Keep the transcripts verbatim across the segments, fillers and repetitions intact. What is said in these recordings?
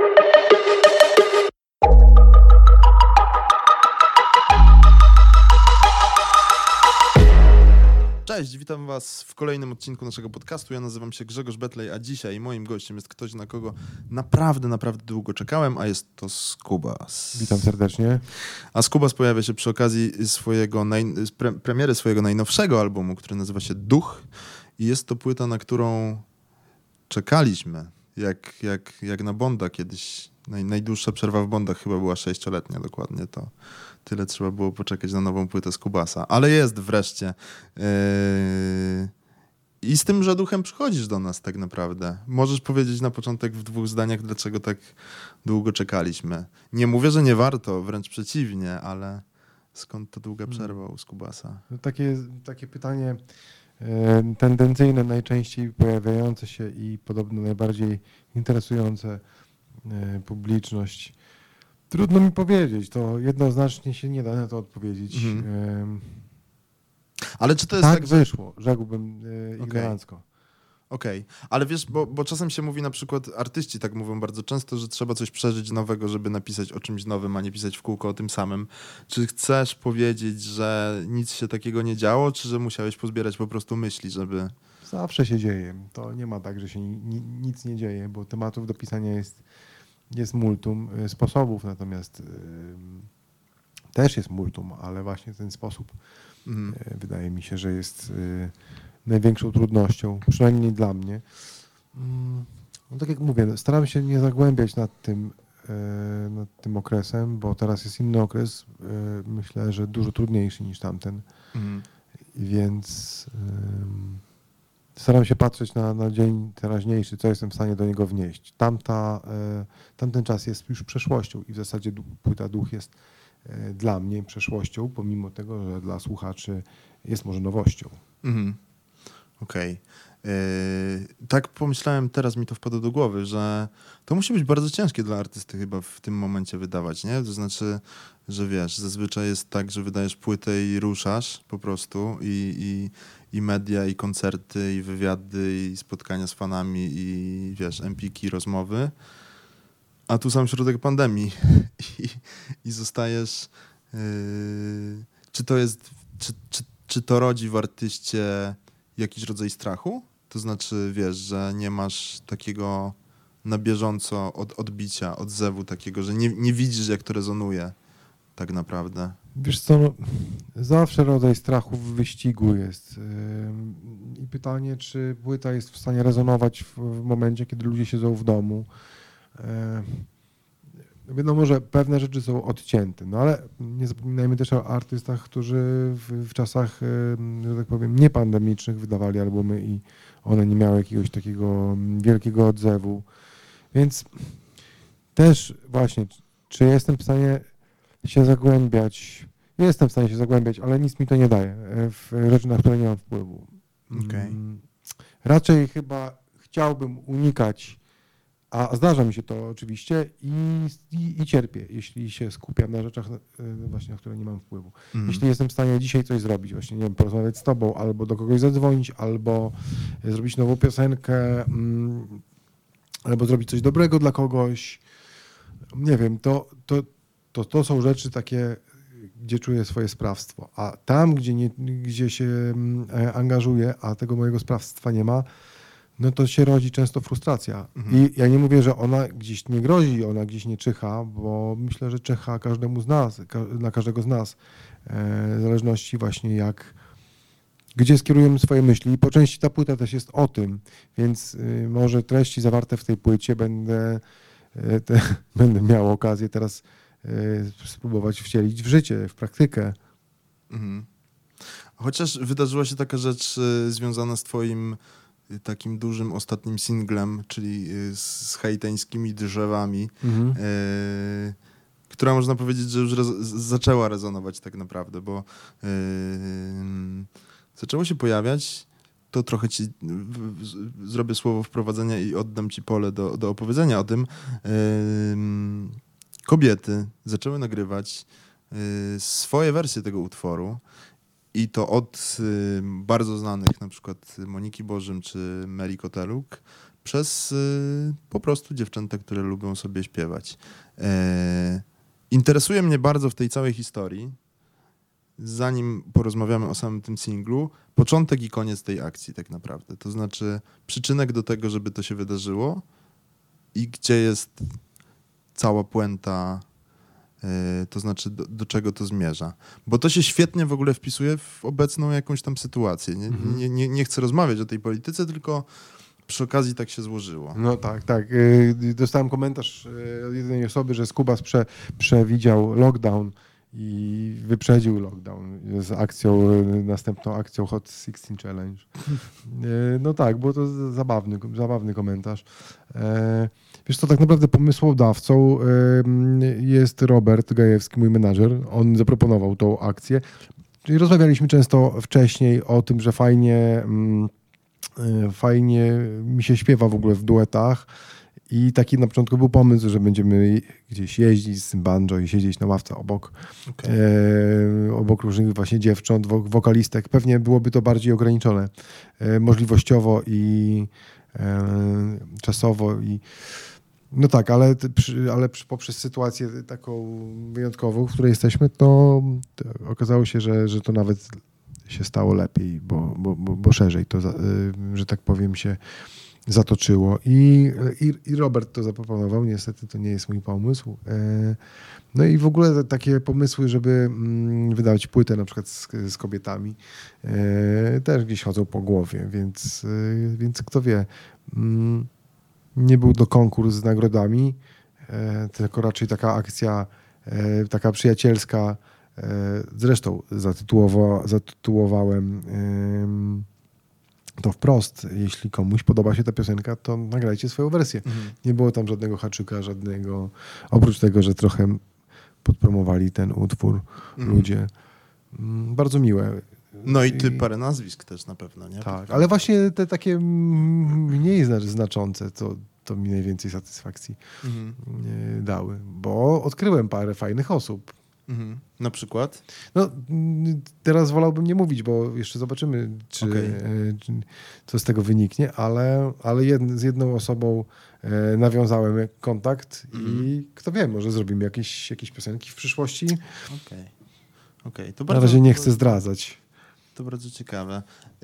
Cześć, witam was w kolejnym odcinku naszego podcastu. Ja nazywam się Grzegorz Betlej, a dzisiaj moim gościem jest ktoś, na kogo naprawdę, naprawdę długo czekałem, a jest to Skubas. Witam serdecznie. A Skubas pojawia się przy okazji swojego naj... pre... premiery swojego najnowszego albumu, który nazywa się Duch. I jest to płyta, na którą czekaliśmy, jak, jak, jak na Bonda kiedyś. Naj... Najdłuższa przerwa w Bondach chyba była sześcioletnia dokładnie, to tyle trzeba było poczekać na nową płytę Skubasa. Ale jest wreszcie. Yy... I z tymże duchem przychodzisz do nas tak naprawdę. Możesz powiedzieć na początek w dwóch zdaniach, dlaczego tak długo czekaliśmy. Nie mówię, że nie warto, wręcz przeciwnie, ale skąd ta długa przerwa u Skubasa? No takie, takie pytanie e, tendencyjne, najczęściej pojawiające się i podobno najbardziej interesujące e, publiczność. Trudno mi powiedzieć, to jednoznacznie się nie da na to odpowiedzieć. Mhm. E, Ale czy to jest tak tak, wyszło, rzekłbym e, Okej. ignorancko. Okej, ale wiesz, bo, bo czasem się mówi, na przykład artyści tak mówią bardzo często, że trzeba coś przeżyć nowego, żeby napisać o czymś nowym, a nie pisać w kółko o tym samym. Czy chcesz powiedzieć, że nic się takiego nie działo, czy że musiałeś pozbierać po prostu myśli, żeby... Zawsze się dzieje. To nie ma tak, że się ni, ni, nic nie dzieje, bo tematów do pisania jest, jest multum, e, sposobów natomiast e, też jest multum, ale właśnie ten sposób Mhm. e, wydaje mi się, że jest e, największą trudnością, przynajmniej dla mnie. Mm, No tak jak mówię, no, staram się nie zagłębiać nad tym, e, nad tym okresem, bo teraz jest inny okres, e, myślę, że dużo trudniejszy niż tamten, Mhm. więc em, staram się patrzeć na, na dzień teraźniejszy, co jestem w stanie do niego wnieść. Tamta, e, tamten czas jest już przeszłością i w zasadzie du- płyta Duch jest e, dla mnie przeszłością, pomimo tego, że dla słuchaczy jest może nowością. Mhm. Okej. Yy, tak pomyślałem, teraz mi to wpadło do głowy, że to musi być bardzo ciężkie dla artysty chyba w tym momencie wydawać, nie? To znaczy, że wiesz, zazwyczaj jest tak, że wydajesz płytę i ruszasz po prostu i, i, i media, i koncerty, i wywiady, i spotkania z fanami, i wiesz, empiki, rozmowy, a tu sam środek pandemii i, i zostajesz... Yy, czy to jest... Czy, czy, czy to rodzi w artyście jakiś rodzaj strachu? To znaczy, wiesz, że nie masz takiego na bieżąco od, odbicia, odzewu takiego, że nie, nie widzisz, jak to rezonuje tak naprawdę. Wiesz co, no, zawsze rodzaj strachu w wyścigu jest. Ym, I pytanie, czy płyta jest w stanie rezonować w, w momencie, kiedy ludzie siedzą w domu. Ym, Wiadomo, że pewne rzeczy są odcięte, no ale nie zapominajmy też o artystach, którzy w, w czasach, ym, że tak powiem, niepandemicznych wydawali albumy i one nie miały jakiegoś takiego wielkiego odzewu. Więc też właśnie, czy jestem w stanie się zagłębiać. Jestem w stanie się zagłębiać, ale nic mi to nie daje w rzeczy, na które nie mam wpływu. Okej. Mm, Raczej chyba chciałbym unikać, a zdarza mi się to oczywiście i, i, i cierpię, jeśli się skupiam na rzeczach, e, właśnie, na które nie mam wpływu. Mhm. Jeśli jestem w stanie dzisiaj coś zrobić, właśnie nie wiem, porozmawiać z tobą, albo do kogoś zadzwonić, albo zrobić nową piosenkę, mm, albo zrobić coś dobrego dla kogoś, nie wiem, to, to, to, to są rzeczy takie, gdzie czuję swoje sprawstwo. A tam, gdzie, nie, gdzie się mm, e, angażuję, a tego mojego sprawstwa nie ma, no to się rodzi często frustracja. Mhm. I ja nie mówię, że ona gdzieś nie grozi, ona gdzieś nie czyha, bo myślę, że czyha każdemu z nas, ka- na każdego z nas, e, w zależności właśnie jak, gdzie skierujemy swoje myśli. I po części ta płyta też jest o tym, więc y, może treści zawarte w tej płycie będę, y, te, będę miał okazję teraz y, spróbować wcielić w życie, w praktykę. Mhm. Chociaż wydarzyła się taka rzecz y, związana z twoim y, takim dużym ostatnim singlem, czyli y, z, z haiteńskimi drzewami, Mhm. y, która można powiedzieć, że już rez- z- zaczęła rezonować tak naprawdę, bo y, zaczęło się pojawiać, to trochę ci w, w, zrobię słowo wprowadzenia i oddam ci pole do, do opowiedzenia o tym. Y, kobiety zaczęły nagrywać y, swoje wersje tego utworu i to od y, bardzo znanych, na przykład Moniki Bożym czy Meli Koteluk, przez y, po prostu dziewczęta, które lubią sobie śpiewać. E, interesuje mnie bardzo w tej całej historii, zanim porozmawiamy o samym tym singlu, początek i koniec tej akcji tak naprawdę. To znaczy przyczynek do tego, żeby to się wydarzyło i gdzie jest cała puenta, yy, to znaczy do, do czego to zmierza. Bo to się świetnie w ogóle wpisuje w obecną jakąś tam sytuację. Nie, Mhm. nie, nie, nie chcę rozmawiać o tej polityce, tylko przy okazji tak się złożyło. No tak, tak. Y, Dostałem komentarz y, od jednej osoby, że Skubas prze, przewidział lockdown i wyprzedził lockdown z akcją, y, następną akcją Hot szesnaście Challenge. Y, No tak, było to zabawny, zabawny komentarz. E, Wiesz co, tak naprawdę pomysłodawcą y, jest Robert Gajewski, mój menadżer. On zaproponował tą akcję. Czyli rozmawialiśmy często wcześniej o tym, że fajnie... mm, Fajnie mi się śpiewa w ogóle w duetach i taki na początku był pomysł, że będziemy gdzieś jeździć z tym banjo i siedzieć na ławce obok, Okay. e, obok różnych właśnie dziewcząt, wo- wokalistek. Pewnie byłoby to bardziej ograniczone e, możliwościowo i e, czasowo i no tak, ale, ty- przy, ale przy, poprzez sytuację taką wyjątkową, w której jesteśmy, to, to okazało się, że, że to nawet się stało lepiej, bo, bo, bo, bo szerzej to, za- y, że tak powiem, się zatoczyło. I, i, I Robert to zaproponował, niestety to nie jest mój pomysł. E, No i w ogóle te, takie pomysły, żeby mm, wydawać płytę na przykład z, z kobietami, e, też gdzieś chodzą po głowie, więc, e, więc kto wie. Mm, Nie był to konkurs z nagrodami, e, tylko raczej taka akcja, e, taka przyjacielska. E, Zresztą zatytułowa, zatytułowałem ym, to wprost. Jeśli komuś podoba się ta piosenka, to nagrajcie swoją wersję. Mhm. Nie było tam żadnego haczyka, żadnego, oprócz tego, że trochę podpromowali ten utwór Mhm. ludzie. Mm, Bardzo miłe. No i ty parę nazwisk też na pewno, nie? Tak, ale właśnie te takie mm, mniej zna- znaczące, to, to mi najwięcej satysfakcji Mhm. e, dały, bo odkryłem parę fajnych osób. Mhm. Na przykład? No, mm, teraz wolałbym nie mówić, bo jeszcze zobaczymy, czy, Okej. e, czy co z tego wyniknie, ale, ale jed, z jedną osobą e, nawiązałem kontakt Mhm. i kto wie, może zrobimy jakieś, jakieś piosenki w przyszłości. Okej. Okej, to Na bardzo... razie nie chcę zdradzać. To bardzo ciekawe. Yy,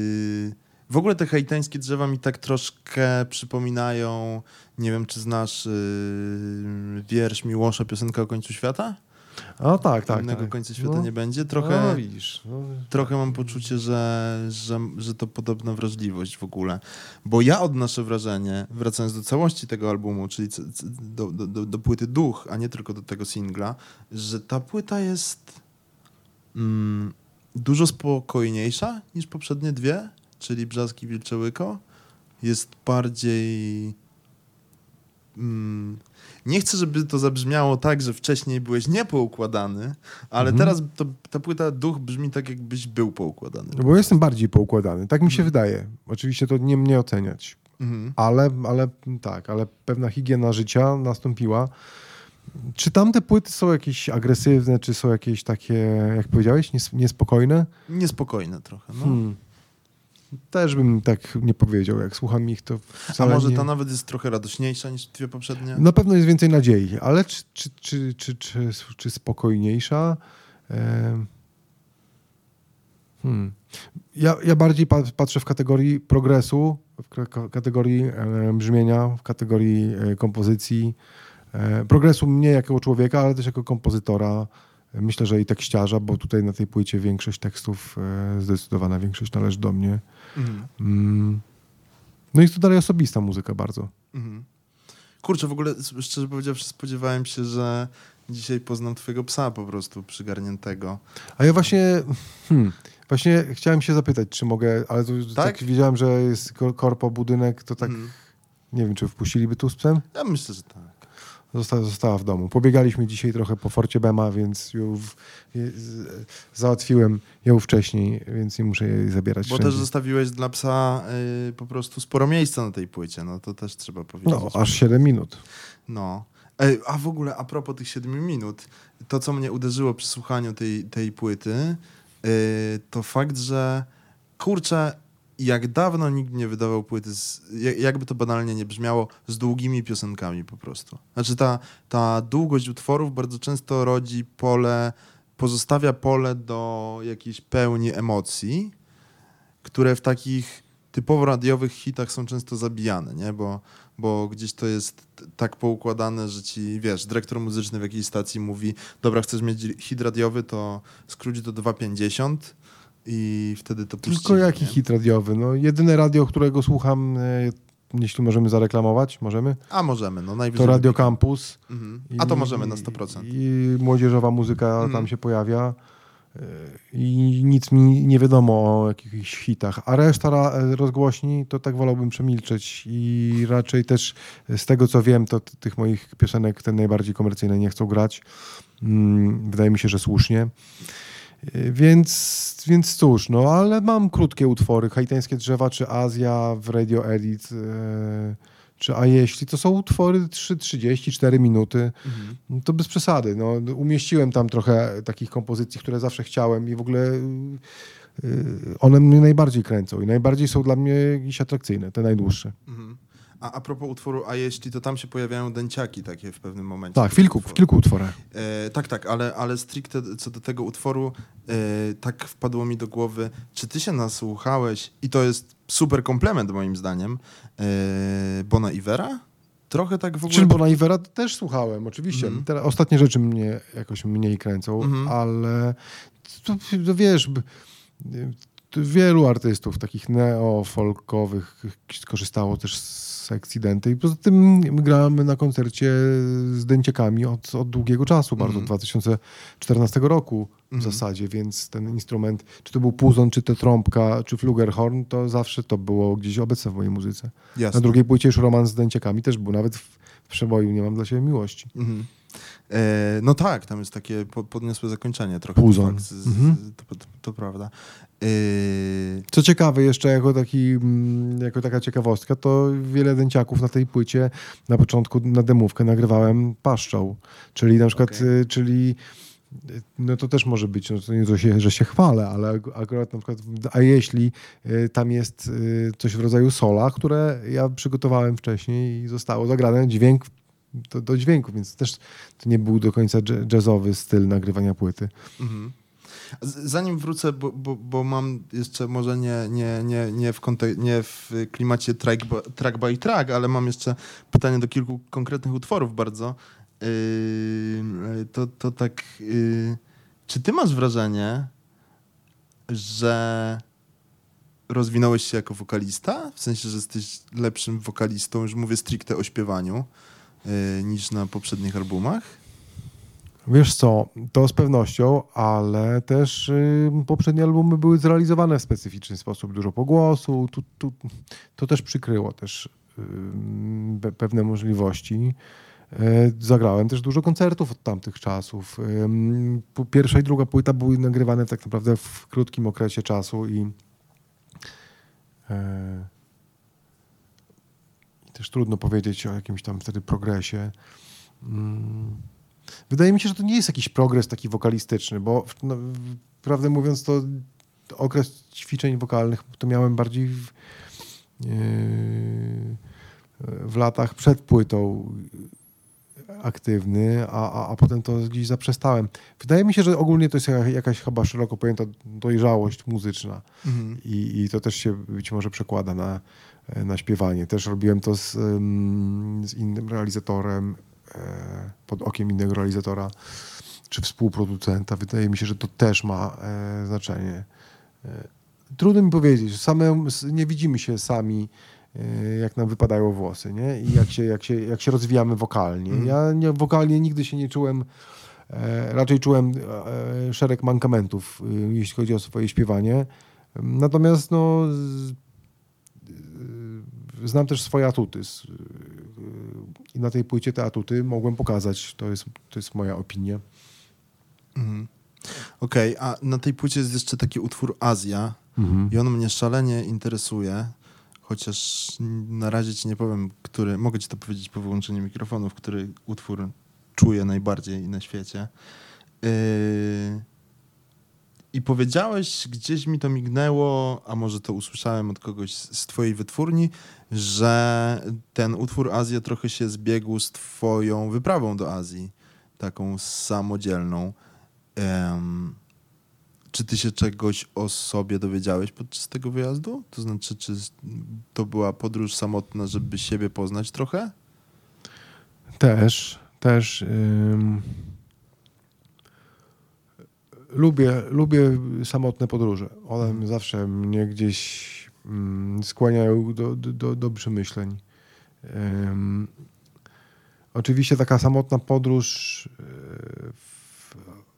w ogóle te haitańskie drzewa mi tak troszkę przypominają, nie wiem, czy znasz yy, wiersz Miłosza, Piosenka o końcu świata? O tak, tak. Innego tak. końca świata No, nie będzie. Trochę, No, widzisz. No, trochę mam poczucie, że, że, że to podobna wrażliwość w ogóle. Bo ja odnoszę wrażenie, wracając do całości tego albumu, czyli c- c- do, do, do, do płyty Duch, a nie tylko do tego singla, że ta płyta jest mm, dużo spokojniejsza niż poprzednie dwie, czyli Brzask i Wilcze Łyko. Jest bardziej... Mm, nie chcę, żeby to zabrzmiało tak, że wcześniej byłeś niepoukładany, ale Mhm. teraz to, ta płyta Duch brzmi tak, jakbyś był poukładany. No bo jestem bardziej poukładany. Tak mi się Mhm. wydaje. Oczywiście to nie mnie oceniać. Mhm. Ale, ale tak, ale pewna higiena życia nastąpiła. Czy tamte płyty są jakieś agresywne, czy są jakieś takie, jak powiedziałeś, nies- niespokojne? Niespokojne trochę. No. Hmm. Też bym tak nie powiedział. Jak słucham ich, to A wcale może nie... ta nawet jest trochę radośniejsza niż dwie poprzednie? Na pewno jest więcej nadziei, ale czy, czy, czy, czy, czy, czy spokojniejsza? Em, Hmm. Ja, ja bardziej pa- patrzę w kategorii progresu, w k- kategorii e, brzmienia, w kategorii e, kompozycji. E, progresu mnie jako człowieka, ale też jako kompozytora. E, Myślę, że i tekściarza, bo tutaj na tej płycie większość tekstów, e, zdecydowana większość należy do mnie. Mhm. Mm. No i jest to dalej osobista muzyka bardzo. Mhm. Kurczę, w ogóle szczerze powiedziawszy spodziewałem się, że dzisiaj poznam twojego psa po prostu przygarniętego. A ja właśnie, hmm, właśnie chciałem się zapytać, czy mogę, ale to tak, Tak? wiedziałem, że jest kor- korpo, budynek, to tak Mhm. nie wiem, czy wpuściliby tu z psem? Ja myślę, że tak. Zosta- została w domu. Pobiegaliśmy dzisiaj trochę po Forcie Bema, więc ją w, z- załatwiłem ją wcześniej, więc nie muszę jej zabierać Bo wszędzie. też zostawiłeś dla psa y, po prostu sporo miejsca na tej płycie, no to też trzeba powiedzieć. No, aż siedem minut. No. Ej, a w ogóle a propos tych siedmiu minut, to co mnie uderzyło przy słuchaniu tej, tej płyty, yy, to fakt, że kurczę, jak dawno nikt nie wydawał płyty, z, jakby to banalnie nie brzmiało, z długimi piosenkami po prostu. Znaczy ta, ta długość utworów bardzo często rodzi pole, pozostawia pole do jakiejś pełni emocji, które w takich typowo radiowych hitach są często zabijane, nie? Bo, bo gdzieś to jest tak poukładane, że ci, wiesz, dyrektor muzyczny w jakiejś stacji mówi, dobra, chcesz mieć hit radiowy, to skróć do dwa pięćdziesiąt i wtedy to puścimy. Tylko jaki nie? hit radiowy? No, jedyne radio, którego słucham, e, jeśli możemy zareklamować, możemy? A możemy, no najwyżej. To Radio Campus. Mhm. A to możemy na sto procent. I młodzieżowa muzyka Mhm. tam się pojawia. I nic mi nie wiadomo o jakichś hitach, a reszta ra- rozgłośni to tak wolałbym przemilczeć i raczej też z tego co wiem, to t- tych moich piosenek te najbardziej komercyjne nie chcą grać. Mm, wydaje mi się, że słusznie. Y, Więc, więc cóż, no ale mam krótkie utwory, Haitańskie drzewa czy Azja w Radio Edit, e, czy A jeśli, to są utwory trzy trzydzieści cztery minuty. Mhm. No to bez przesady. No, umieściłem tam trochę takich kompozycji, które zawsze chciałem i w ogóle yy, one mnie najbardziej kręcą i najbardziej są dla mnie jakieś atrakcyjne, te najdłuższe. Mhm. A, a propos utworu A jeśli, to tam się pojawiają dęciaki takie w pewnym momencie. Tak, w kilku, w kilku utworach. E, tak, tak, ale, ale stricte co do tego utworu, e, tak wpadło mi do głowy, czy ty się nasłuchałeś, i to jest super komplement moim zdaniem, e, Bona Ivera? Trochę tak w ogóle... Czyli Bona Ivera też słuchałem, oczywiście. Mhm. Teraz ostatnie rzeczy mnie jakoś mniej kręcą, Mhm. ale to, to wiesz, b- to wielu artystów takich neofolkowych skorzystało też z Accidenty i poza tym gramy na koncercie z dęciakami od, od długiego czasu, bardzo Mhm. od dwa tysiące czternastego roku w Mhm. zasadzie, więc ten instrument, czy to był puzon, czy to trąbka, czy flugelhorn, to zawsze to było gdzieś obecne w mojej muzyce. Jasne. Na drugiej płycie już romans z dęciakami też był, nawet w, w przeboju Nie mam dla siebie miłości. Mhm. E, no tak, tam jest takie po, podniosłe zakończenie trochę. Puzon. Fakt, z, Mhm. z, to, to, to prawda. E, Co ciekawe, jeszcze jako, taki, mm, jako taka ciekawostka, to wiele dęciaków na tej płycie na początku na demówkę nagrywałem paszczą. Czyli na przykład, Okej. y, czyli y, no to też może być, no to nie to się, że się chwalę, ale ak- akurat na przykład, w- a jeśli y, tam jest y, coś w rodzaju sola, które ja przygotowałem wcześniej i zostało zagrane dźwięk do, do dźwięku, więc też to nie był do końca dż- jazzowy styl nagrywania płyty. Mhm. Z- Zanim wrócę, bo, bo, bo mam jeszcze może nie, nie, nie, nie, w, kontek- nie w klimacie track by, track by track, ale mam jeszcze pytanie do kilku konkretnych utworów bardzo. Yy, to, to tak, yy, czy ty masz wrażenie, że rozwinąłeś się jako wokalista? W sensie, że jesteś lepszym wokalistą, już mówię stricte o śpiewaniu, yy, niż na poprzednich albumach? Wiesz co, to z pewnością, ale też y, poprzednie albumy były zrealizowane w specyficzny sposób, dużo pogłosu, tu, tu, to też przykryło też y, pe- pewne możliwości. Y, zagrałem też dużo koncertów od tamtych czasów. Y, pu- pierwsza i druga płyta były nagrywane tak naprawdę w krótkim okresie czasu i y, i też trudno powiedzieć o jakimś tam wtedy progresie. Mm. Wydaje mi się, że to nie jest jakiś progres taki wokalistyczny, bo no, prawdę mówiąc, to okres ćwiczeń wokalnych to miałem bardziej w, yy, w latach przed płytą aktywny, a, a, a potem to gdzieś zaprzestałem. Wydaje mi się, że ogólnie to jest jaka- jakaś chyba szeroko pojęta dojrzałość muzyczna Mhm. i, i to też się być może przekłada na, na śpiewanie. Też robiłem to z, ym, z innym realizatorem, e, pod okiem innego realizatora czy współproducenta. Wydaje mi się, że to też ma e, znaczenie. E, trudno mi powiedzieć. Same, nie widzimy się sami, e, jak nam wypadają włosy, nie? I jak się, jak się, jak się rozwijamy wokalnie. Mhm. Ja nie, wokalnie nigdy się nie czułem, e, raczej czułem e, szereg mankamentów, e, jeśli chodzi o swoje śpiewanie. Natomiast no, z, e, znam też swoje atuty. Z, e, I na tej płycie te atuty mogłem pokazać. To jest, to jest moja opinia. Mhm. Okej, a na tej płycie jest jeszcze taki utwór Azja Mhm. i on mnie szalenie interesuje, chociaż na razie ci nie powiem, który, mogę ci to powiedzieć po wyłączeniu mikrofonów, który utwór czuję najbardziej na świecie. Yy, I powiedziałeś, gdzieś mi to mignęło, a może to usłyszałem od kogoś z twojej wytwórni, że ten utwór Azja trochę się zbiegł z twoją wyprawą do Azji, taką samodzielną. Um, czy ty się czegoś o sobie dowiedziałeś podczas tego wyjazdu? To znaczy, czy to była podróż samotna, żeby siebie poznać trochę? Też, też. Ym... Lubię, lubię samotne podróże. One Mhm. zawsze mnie gdzieś mm, skłaniają do, do, do, do przemyśleń. Ym, oczywiście taka samotna podróż yy, w,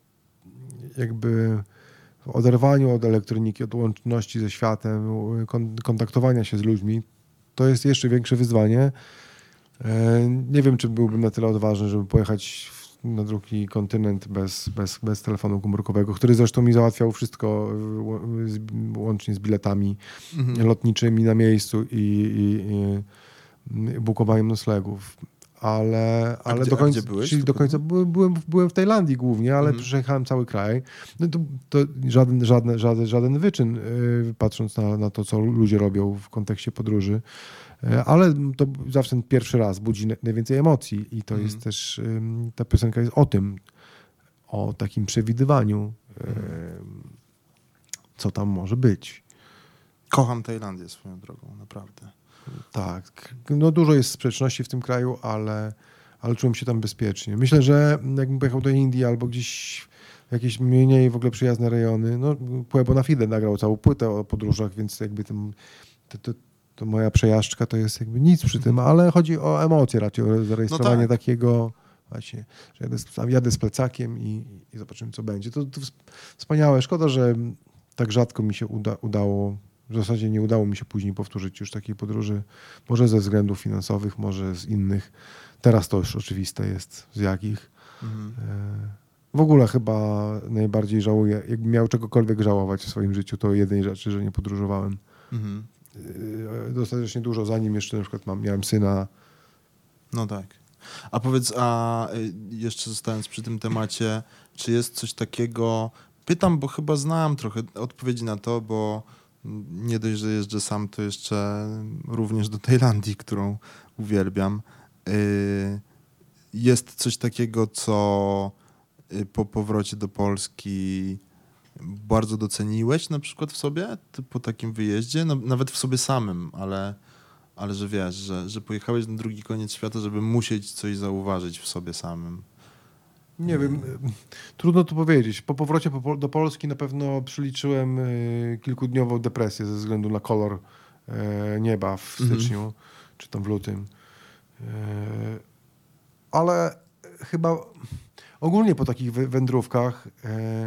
jakby w oderwaniu od elektroniki, od łączności ze światem, kon, kontaktowania się z ludźmi, to jest jeszcze większe wyzwanie. Yy, nie wiem, czy byłbym na tyle odważny, żeby pojechać w na drugi kontynent bez, bez, bez telefonu komórkowego, który zresztą mi załatwiał wszystko z, łącznie z biletami Mhm. lotniczymi na miejscu i, i, i bukowaniem noclegów. Ale, ale gdzie- do a końca, gdzie byłeś czyli do końca byłem, byłem, byłem w Tajlandii głównie, ale Mhm. przejechałem cały kraj. No to, to żaden, żaden, żaden, żaden wyczyn, yy, patrząc na, na to, co ludzie robią w kontekście podróży. Ale to zawsze ten pierwszy raz budzi najwięcej emocji i to Mhm. jest też, ta piosenka jest o tym, o takim przewidywaniu, co tam może być. Kocham Tajlandię swoją drogą, naprawdę. Tak, no dużo jest sprzeczności w tym kraju, ale, ale czułem się tam bezpiecznie. Myślę, że jakbym pojechał do Indii albo gdzieś w jakieś mniej w ogóle przyjazne rejony, no Pueblo na Fide nagrał całą płytę o podróżach, więc jakby tym, to, to, to moja przejażdżka to jest jakby nic przy tym, ale chodzi o emocje raczej, o zarejestrowanie No tak. takiego właśnie, że jadę z, jadę z plecakiem i, i zobaczymy, co będzie. To, to wspaniałe. Szkoda, że tak rzadko mi się uda, udało, w zasadzie nie udało mi się później powtórzyć już takiej podróży, może ze względów finansowych, może z innych. Teraz to już oczywiste jest, z jakich. Mhm. W ogóle chyba najbardziej żałuję, jakbym miał czegokolwiek żałować w swoim życiu, to jednej rzeczy, że nie podróżowałem. Mhm. Dostatecznie dużo, zanim jeszcze na przykład mam, miałem syna. No tak. A powiedz, a jeszcze zostając przy tym temacie, czy jest coś takiego, pytam, bo chyba znam trochę odpowiedzi na to, bo nie dość, że jeżdżę sam, to jeszcze również do Tajlandii, którą uwielbiam. Jest coś takiego, co po powrocie do Polski bardzo doceniłeś na przykład w sobie, po takim wyjeździe, no, nawet w sobie samym, ale, ale że wiesz, że, że pojechałeś na drugi koniec świata, żeby musieć coś zauważyć w sobie samym. Nie wiem, trudno to powiedzieć. Po powrocie po, do Polski na pewno przyliczyłem y, kilkudniową depresję ze względu na kolor y, nieba w styczniu, mhm. czy tam w lutym. Y, ale chyba ogólnie po takich wędrówkach y,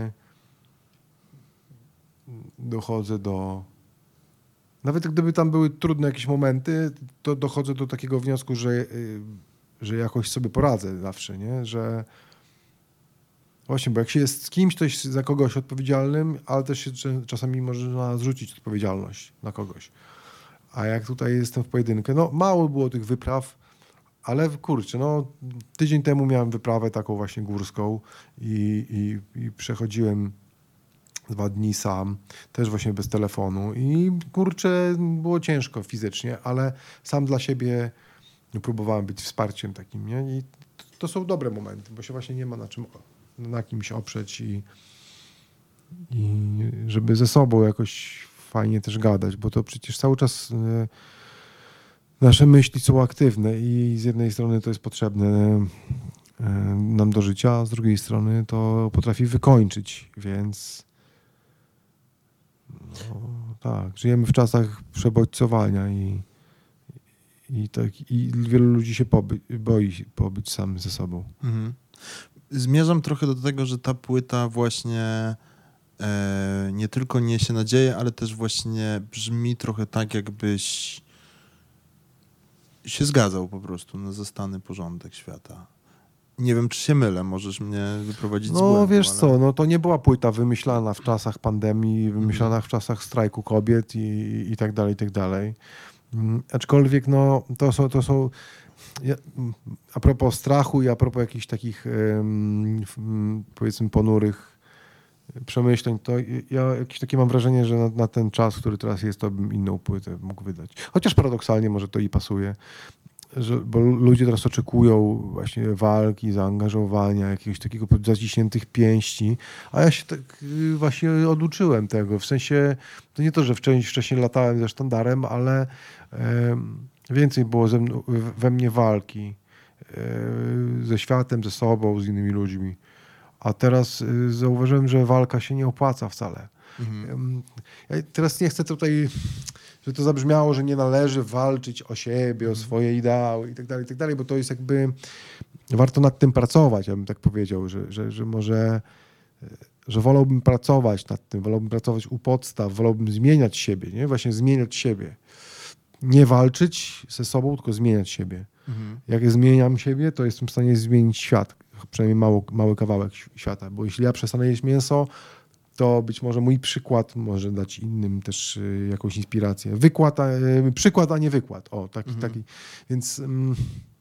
dochodzę do... Nawet gdyby tam były trudne jakieś momenty, to dochodzę do takiego wniosku, że, y, że jakoś sobie poradzę zawsze, nie? Że właśnie, bo jak się jest z kimś, to jest za kogoś odpowiedzialnym, ale też się czasami można zrzucić odpowiedzialność na kogoś. A jak tutaj jestem w pojedynkę, no mało było tych wypraw, ale kurczę, no tydzień temu miałem wyprawę taką właśnie górską i, i, i przechodziłem dwa dni sam, też właśnie bez telefonu i kurczę, było ciężko fizycznie, ale sam dla siebie próbowałem być wsparciem takim, nie? I to są dobre momenty, bo się właśnie nie ma na czym na kimś oprzeć i, i żeby ze sobą jakoś fajnie też gadać, bo to przecież cały czas y, nasze myśli są aktywne i z jednej strony to jest potrzebne y, nam do życia, a z drugiej strony to potrafi wykończyć, więc no, tak, żyjemy w czasach przebodźcowania i, i, tak, i wielu ludzi się poby, boi pobyć sam ze sobą. Mhm. Zmierzam trochę do tego, że ta płyta właśnie e, nie tylko niesie nadzieję, ale też właśnie brzmi trochę tak, jakbyś się zgadzał po prostu na zastany porządek świata. Nie wiem, czy się mylę, możesz mnie wyprowadzić no, z błędu. No wiesz ale... co, no to nie była płyta wymyślana w czasach pandemii, wymyślana w czasach strajku kobiet i, i tak dalej, i tak dalej. Aczkolwiek no to są, to są ja, a propos strachu i a propos jakichś takich um, powiedzmy ponurych przemyśleń, to ja jakieś takie mam wrażenie, że na, na ten czas, który teraz jest, to bym inną płytę mógł wydać. Chociaż paradoksalnie może to i pasuje, że, bo ludzie teraz oczekują właśnie walki, zaangażowania, jakiegoś takiego zaciśniętych pięści, a ja się tak właśnie oduczyłem tego. W sensie, to nie to, że wcześniej, wcześniej latałem ze sztandarem, ale e, więcej było ze mną, we mnie walki e, ze światem, ze sobą, z innymi ludźmi. A teraz y, zauważyłem, że walka się nie opłaca wcale. Mhm. Ja teraz nie chcę tutaj, żeby to zabrzmiało, że nie należy walczyć o siebie, o swoje ideały i tak dalej, i tak dalej, bo to jest jakby, warto nad tym pracować, ja bym tak powiedział, że, że, że może, że wolałbym pracować nad tym, wolałbym pracować u podstaw, wolałbym zmieniać siebie, nie? Właśnie zmieniać siebie. Nie walczyć ze sobą, tylko zmieniać siebie. Mhm. Jak zmieniam siebie, to jestem w stanie zmienić świat. Przynajmniej mało, mały kawałek świata, bo jeśli ja przestanę jeść mięso, to być może mój przykład może dać innym też y, jakąś inspirację. Wykład, a, y, przykład, a nie wykład. O, taki, mhm. taki. Więc, ym,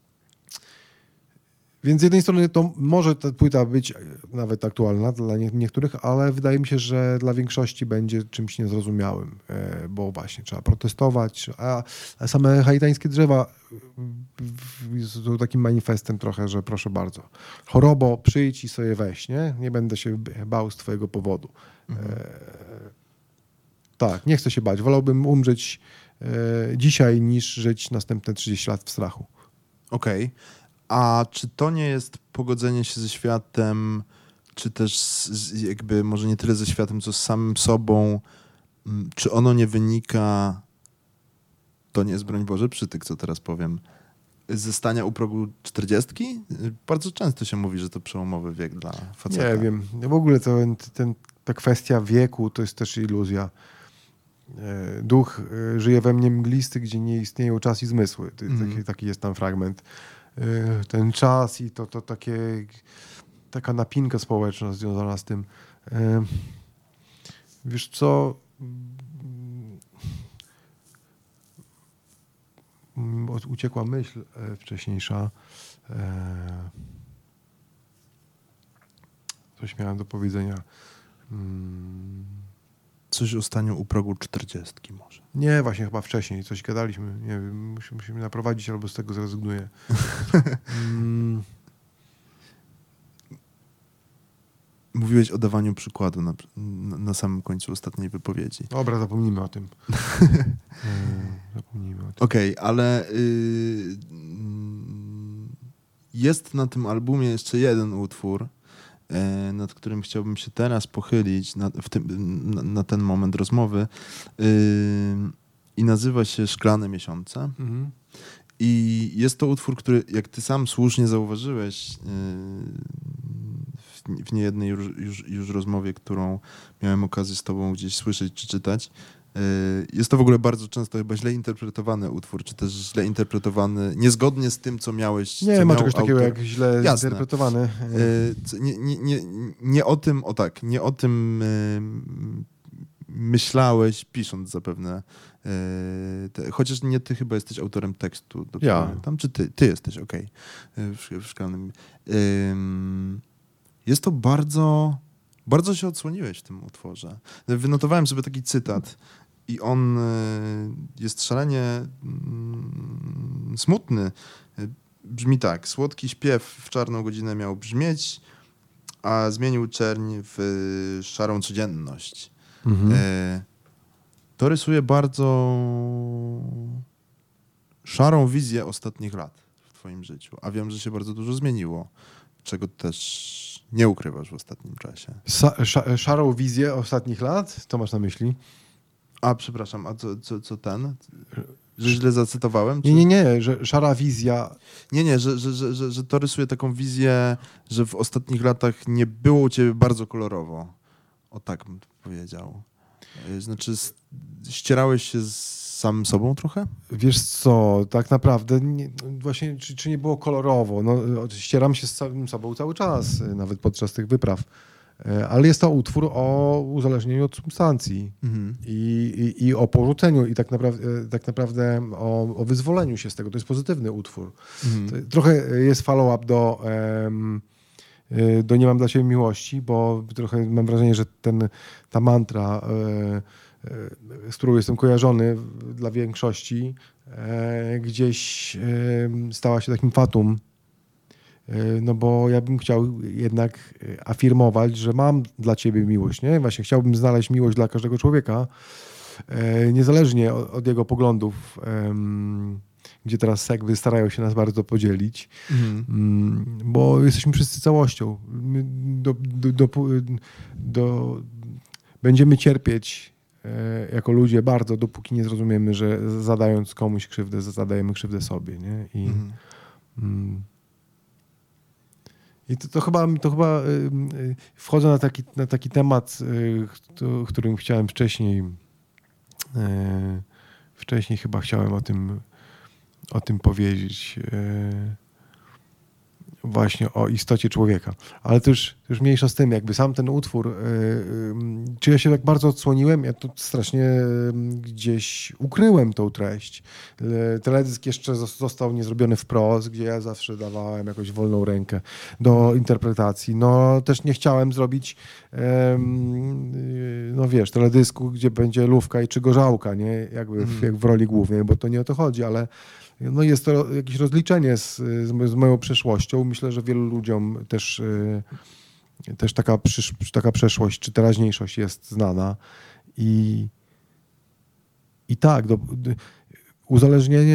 więc z jednej strony to może ta płyta być nawet aktualna dla nie, niektórych, ale wydaje mi się, że dla większości będzie czymś niezrozumiałym, y, bo właśnie trzeba protestować, a, a same haitańskie drzewa są takim manifestem trochę, że proszę bardzo, chorobo, przyjdź i sobie weź, nie? Nie będę się bał z twojego powodu. Mhm. E, tak, nie chcę się bać. Wolałbym umrzeć e, dzisiaj, niż żyć następne trzydzieści lat w strachu. Okej. Okay. A czy to nie jest pogodzenie się ze światem, czy też z, jakby może nie tyle ze światem, co z samym sobą? Czy ono nie wynika, to nie jest broń Boże przytyk, co teraz powiem, ze stania u progu czterdziestki? Bardzo często się mówi, że to przełomowy wiek dla faceta. Nie wiem. W ogóle to, ten, ta kwestia wieku to jest też iluzja. Duch żyje we mnie mglisty, gdzie nie istnieją czas i zmysły. Mm. Taki, taki jest tam fragment. Ten czas i to, to takie, taka napinka społeczna związana z tym. Wiesz co... Uciekła myśl wcześniejsza. Coś miałem do powiedzenia. Coś o staniu u progu czterdziestki może. Nie, właśnie chyba wcześniej. Coś gadaliśmy. Nie wiem, musimy, musimy naprowadzić, albo z tego zrezygnuję. mm. Mówiłeś o dawaniu przykładu na, na, na samym końcu ostatniej wypowiedzi. Dobra, zapomnijmy o tym. zapomnijmy o tym. Okej, okay, ale y, jest na tym albumie jeszcze jeden utwór, y, nad którym chciałbym się teraz pochylić na, w tym, na, na ten moment rozmowy y, i nazywa się Szklane Miesiące. Mhm. I jest to utwór, który, jak ty sam słusznie zauważyłeś, y, w niejednej już, już, już rozmowie, którą miałem okazję z tobą gdzieś słyszeć czy czytać. Jest to w ogóle bardzo często chyba źle interpretowany utwór, czy też źle interpretowany, niezgodnie z tym, co miałeś. Nie co ma miał czegoś takiego autor. jak źle Jasne. zinterpretowany. Nie, nie, nie, nie o tym, o tak, nie o tym myślałeś, pisząc zapewne. Te, chociaż nie ty chyba jesteś autorem tekstu. Ja. Tam, czy ty? Ty jesteś, okej. Okay. W, w szklanym... Jest to bardzo, bardzo się odsłoniłeś w tym utworze. Wynotowałem sobie taki cytat i on jest szalenie smutny. Brzmi tak. Słodki śpiew w czarną godzinę miał brzmieć, a zmienił czerń w szarą codzienność. Mhm. To rysuje bardzo szarą wizję ostatnich lat w twoim życiu. A wiem, że się bardzo dużo zmieniło, czego też nie ukrywasz w ostatnim czasie. Sa- sz- szarą wizję ostatnich lat? Co masz na myśli? A, przepraszam, a co, co, co ten? Że źle zacytowałem? Czy... Nie, nie, nie, że szara wizja... Nie, nie, że, że, że, że, że to rysuje taką wizję, że w ostatnich latach nie było u ciebie bardzo kolorowo. O tak bym powiedział. Znaczy, ścierałeś się z samym sobą trochę? Wiesz co, tak naprawdę nie, właśnie czy, czy nie było kolorowo. No, ścieram się z samym sobą cały czas, nawet podczas tych wypraw. Ale jest to utwór o uzależnieniu od substancji mhm. i, i, i o porzuceniu i tak naprawdę, tak naprawdę o, o wyzwoleniu się z tego. To jest pozytywny utwór. Mhm. To trochę jest follow-up do um, do nie mam dla ciebie miłości, bo trochę mam wrażenie, że ten, ta mantra, z którą jestem kojarzony dla większości, gdzieś stała się takim fatum. No bo ja bym chciał jednak afirmować, że mam dla ciebie miłość, nie? Właśnie chciałbym znaleźć miłość dla każdego człowieka, niezależnie od jego poglądów, gdzie teraz sekwy starają się nas bardzo podzielić, mhm. bo jesteśmy wszyscy całością. My do, do, do, do, będziemy cierpieć jako ludzie bardzo, dopóki nie zrozumiemy, że zadając komuś krzywdę, zadajemy krzywdę sobie. Nie? I, mhm. mm, i to, to chyba, to chyba wchodzę na taki, na taki temat, o którym chciałem wcześniej, wcześniej chyba chciałem o tym o tym powiedzieć, właśnie o istocie człowieka. Ale to już, to już mniejsza z tym, jakby sam ten utwór, czy ja się tak bardzo odsłoniłem, ja tu strasznie gdzieś ukryłem tą treść. Teledysk jeszcze został niezrobiony wprost, gdzie ja zawsze dawałem jakąś wolną rękę do interpretacji. No też nie chciałem zrobić, no wiesz, teledysku, gdzie będzie lówka i czy gorzałka, nie? Jakby w, jak w roli głównej, bo to nie o to chodzi, ale no jest to jakieś rozliczenie z, z moją przeszłością. Myślę, że wielu ludziom też, też taka, przysz, taka przeszłość czy teraźniejszość jest znana. I, i tak, do, do, uzależnienie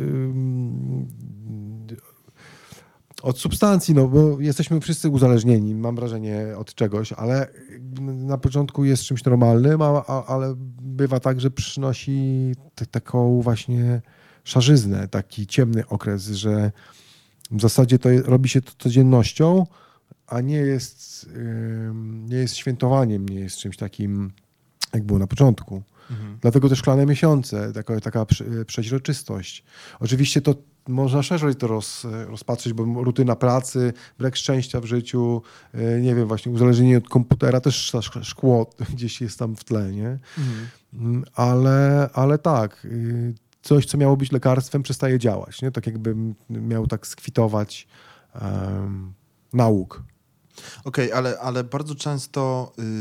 yy, od substancji, no bo jesteśmy wszyscy uzależnieni, mam wrażenie, od czegoś, ale na początku jest czymś normalnym, a, a, ale bywa tak, że przynosi t- taką właśnie szarzyznę, taki ciemny okres, że w zasadzie to jest, robi się to codziennością, a nie jest, yy, nie jest świętowaniem, nie jest czymś takim, jak było na początku. Mhm. Dlatego te szklane miesiące, taka, taka przeźroczystość. Oczywiście to można szerzej to roz, rozpatrzeć, bo rutyna pracy, brak szczęścia w życiu, yy, nie wiem, właśnie uzależnienie od komputera, też szkło gdzieś jest tam w tle, nie? Mhm. Ale, ale tak, yy, coś, co miało być lekarstwem, przestaje działać. Nie? Tak jakby miał tak skwitować um, nauk. Okej, okay, ale, ale bardzo często yy,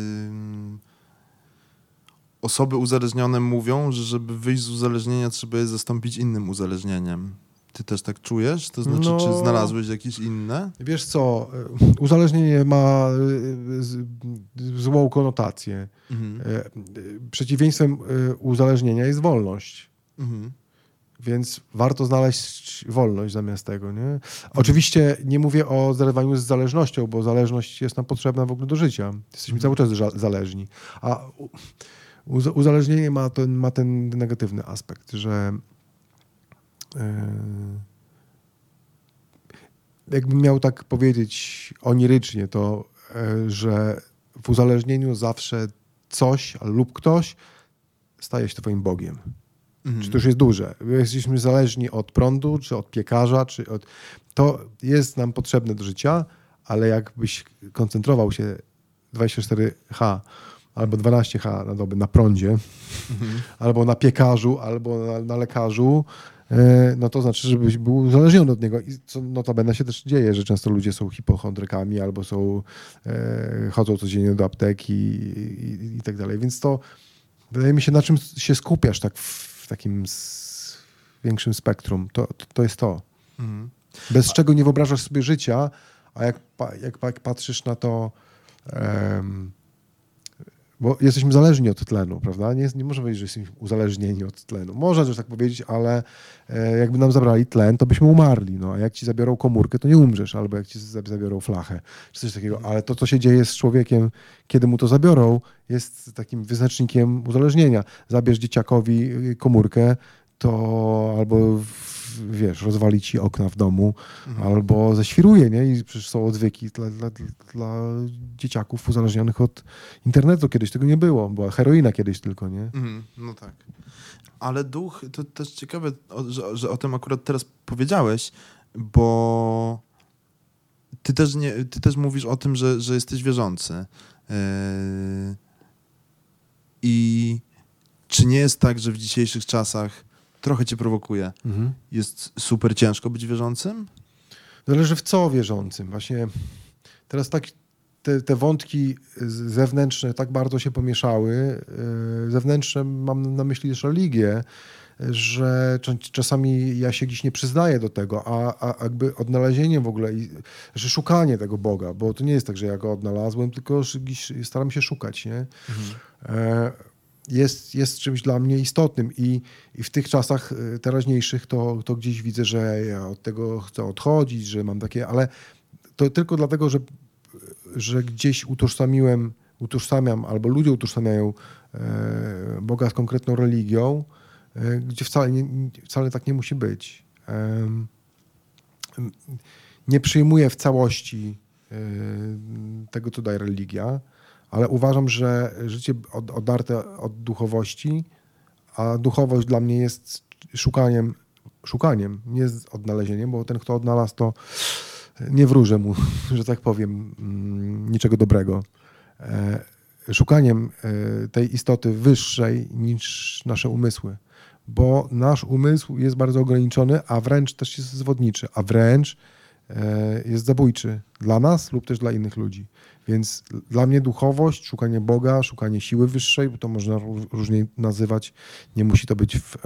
osoby uzależnione mówią, że żeby wyjść z uzależnienia, trzeba je zastąpić innym uzależnieniem. Ty też tak czujesz? To znaczy, no, czy znalazłeś jakieś inne? Wiesz co, uzależnienie ma złą konotację. Mhm. Przeciwieństwem uzależnienia jest wolność. Mhm. Więc warto znaleźć wolność zamiast tego. Nie? Mhm. Oczywiście nie mówię o zerwaniu z zależnością, bo zależność jest nam potrzebna w ogóle do życia. Jesteśmy mhm. cały czas zależni. A uzależnienie ma ten, ma ten negatywny aspekt, że yy, jakbym miał tak powiedzieć onirycznie, to yy, że w uzależnieniu zawsze coś lub ktoś staje się twoim Bogiem. Mhm. Czy to już jest duże. Jesteśmy zależni od prądu, czy od piekarza, czy od... To jest nam potrzebne do życia, ale jakbyś koncentrował się dwadzieścia cztery H albo dwanaście H na dobę na prądzie, mhm. albo na piekarzu, albo na, na lekarzu, no to znaczy, żebyś był uzależniony od niego. I co notabene się też dzieje, że często ludzie są hipochondrykami albo są, e, chodzą codziennie do apteki i, i, i tak dalej. Więc to wydaje mi się, na czym się skupiasz tak w takim s- większym spektrum. To, to, to jest to. Mhm. Bez a... czego nie wyobrażasz sobie życia, a jak, jak, jak patrzysz na to, um, bo jesteśmy zależni od tlenu, prawda? Nie, nie można powiedzieć, że jesteśmy uzależnieni od tlenu. Można też tak powiedzieć, ale e, jakby nam zabrali tlen, to byśmy umarli. No. A jak ci zabiorą komórkę, to nie umrzesz. Albo jak ci zabiorą flachę, czy coś takiego. Ale to, co się dzieje z człowiekiem, kiedy mu to zabiorą, jest takim wyznacznikiem uzależnienia. Zabierz dzieciakowi komórkę, to albo wiesz, rozwali ci okna w domu, mhm. albo zeświruje, nie? I przecież są odwyki dla, dla, dla dzieciaków uzależnionych od internetu. Kiedyś tego nie było. Była heroina kiedyś tylko, nie? Mhm, no tak. Ale duch, to też ciekawe, że, że o tym akurat teraz powiedziałeś, bo ty też, nie, ty też mówisz o tym, że, że jesteś wierzący. Yy... I czy nie jest tak, że w dzisiejszych czasach trochę cię prowokuje. Mhm. Jest super ciężko być wierzącym? Zależy w co wierzącym. Właśnie teraz tak te, te wątki zewnętrzne tak bardzo się pomieszały. Zewnętrzne mam na myśli też religię, że czasami ja się gdzieś nie przyznaję do tego, a, a jakby odnalezienie w ogóle, że szukanie tego Boga, bo to nie jest tak, że ja go odnalazłem, tylko gdzieś staram się szukać, nie? Mhm. Jest, jest czymś dla mnie istotnym i, i w tych czasach teraźniejszych to, to gdzieś widzę, że ja od tego chcę odchodzić, że mam takie, ale to tylko dlatego, że, że gdzieś utożsamiłem, utożsamiam albo ludzie utożsamiają Boga z konkretną religią, gdzie wcale, nie, wcale tak nie musi być. Nie przyjmuję w całości tego, co daje religia, ale uważam, że życie odarte od duchowości, a duchowość dla mnie jest szukaniem, szukaniem, nie odnalezieniem, bo ten, kto odnalazł, to nie wróżę mu, że tak powiem, niczego dobrego. Szukaniem tej istoty wyższej niż nasze umysły, bo nasz umysł jest bardzo ograniczony, a wręcz też jest zwodniczy, a wręcz jest zabójczy dla nas lub też dla innych ludzi. Więc dla mnie duchowość, szukanie Boga, szukanie siły wyższej, bo to można różnie nazywać, nie musi to być w,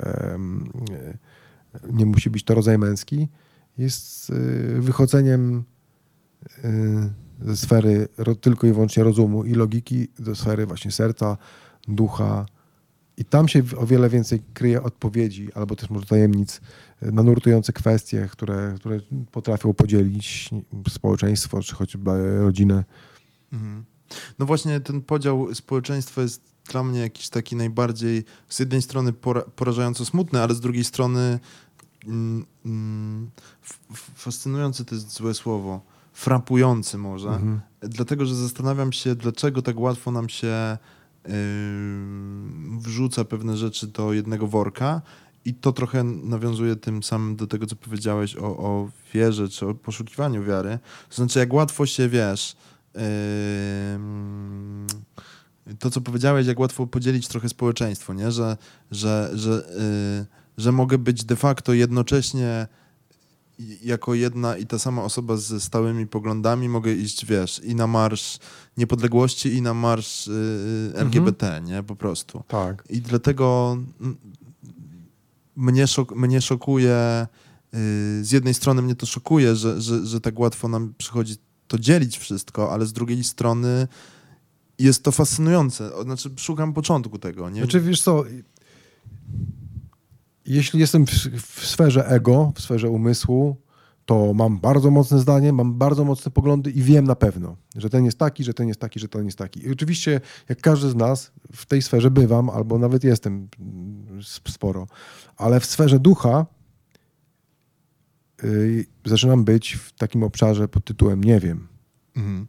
nie musi być to rodzaj męski, jest wychodzeniem ze sfery tylko i wyłącznie rozumu i logiki do sfery właśnie serca, ducha. I tam się o wiele więcej kryje odpowiedzi, albo też może tajemnic na nurtujące kwestie, które, które potrafią podzielić społeczeństwo, czy choćby rodzinę. Mhm. No właśnie ten podział społeczeństwa jest dla mnie jakiś taki najbardziej z jednej strony pora- porażająco smutny, ale z drugiej strony mm, mm, f- fascynujący to jest złe słowo, frapujący może, mhm. dlatego, że zastanawiam się, dlaczego tak łatwo nam się wrzuca pewne rzeczy do jednego worka i to trochę nawiązuje tym samym do tego, co powiedziałeś o, o wierze, czy o poszukiwaniu wiary. To znaczy, jak łatwo się, wiesz, yy, to, co powiedziałeś, jak łatwo podzielić trochę społeczeństwo, nie? Że, że, że, yy, że mogę być de facto jednocześnie jako jedna i ta sama osoba ze stałymi poglądami, mogę iść, wiesz, i na Marsz Niepodległości, i na Marsz y, L G B T, mhm. nie? Po prostu. Tak. I dlatego m, mnie, szok, mnie szokuje, y, z jednej strony mnie to szokuje, że, że, że tak łatwo nam przychodzi to dzielić wszystko, ale z drugiej strony jest to fascynujące. Znaczy, szukam początku tego, nie? Znaczy, wiesz co, jeśli jestem w, w sferze ego, w sferze umysłu, to mam bardzo mocne zdanie, mam bardzo mocne poglądy i wiem na pewno, że ten jest taki, że ten jest taki, że ten jest taki. I oczywiście, jak każdy z nas w tej sferze bywam, albo nawet jestem sporo, ale w sferze ducha yy, zaczynam być w takim obszarze pod tytułem nie wiem. Mhm.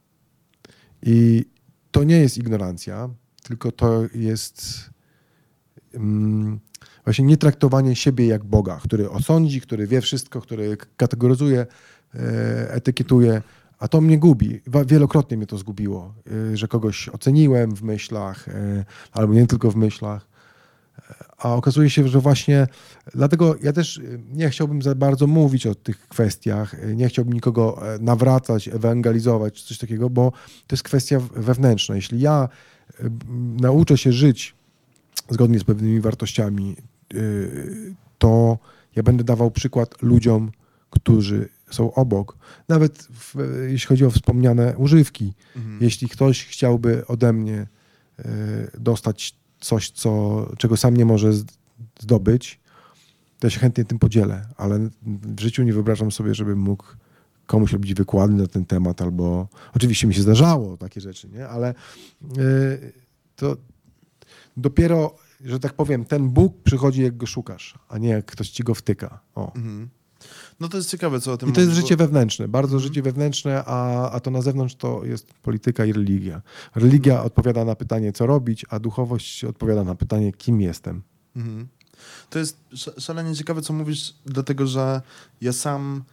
I to nie jest ignorancja, tylko to jest um, właśnie nietraktowanie siebie jak Boga, który osądzi, który wie wszystko, który kategoryzuje, etykietuje, a to mnie gubi. Wielokrotnie mnie to zgubiło, że kogoś oceniłem w myślach, albo nie tylko w myślach, a okazuje się, że właśnie dlatego ja też nie chciałbym za bardzo mówić o tych kwestiach, nie chciałbym nikogo nawracać, ewangelizować, czy coś takiego, bo to jest kwestia wewnętrzna. Jeśli ja nauczę się żyć zgodnie z pewnymi wartościami, to ja będę dawał przykład ludziom, którzy są obok. Nawet w, jeśli chodzi o wspomniane używki. Mhm. Jeśli ktoś chciałby ode mnie dostać coś, co, czego sam nie może zdobyć, to ja się chętnie tym podzielę, ale w życiu nie wyobrażam sobie, żebym mógł komuś robić wykłady na ten temat, albo oczywiście mi się zdarzało takie rzeczy, nie? Ale to dopiero, że tak powiem, ten Bóg przychodzi, jak go szukasz, a nie jak ktoś ci go wtyka. O. Mhm. No to jest ciekawe, co o tym I to mówisz, jest życie bo... wewnętrzne, bardzo mhm. życie wewnętrzne, a, a to na zewnątrz to jest polityka i religia. Religia mhm. odpowiada na pytanie, co robić, a duchowość odpowiada na pytanie, kim jestem. Mhm. To jest szalenie ciekawe, co mówisz, dlatego, że ja sam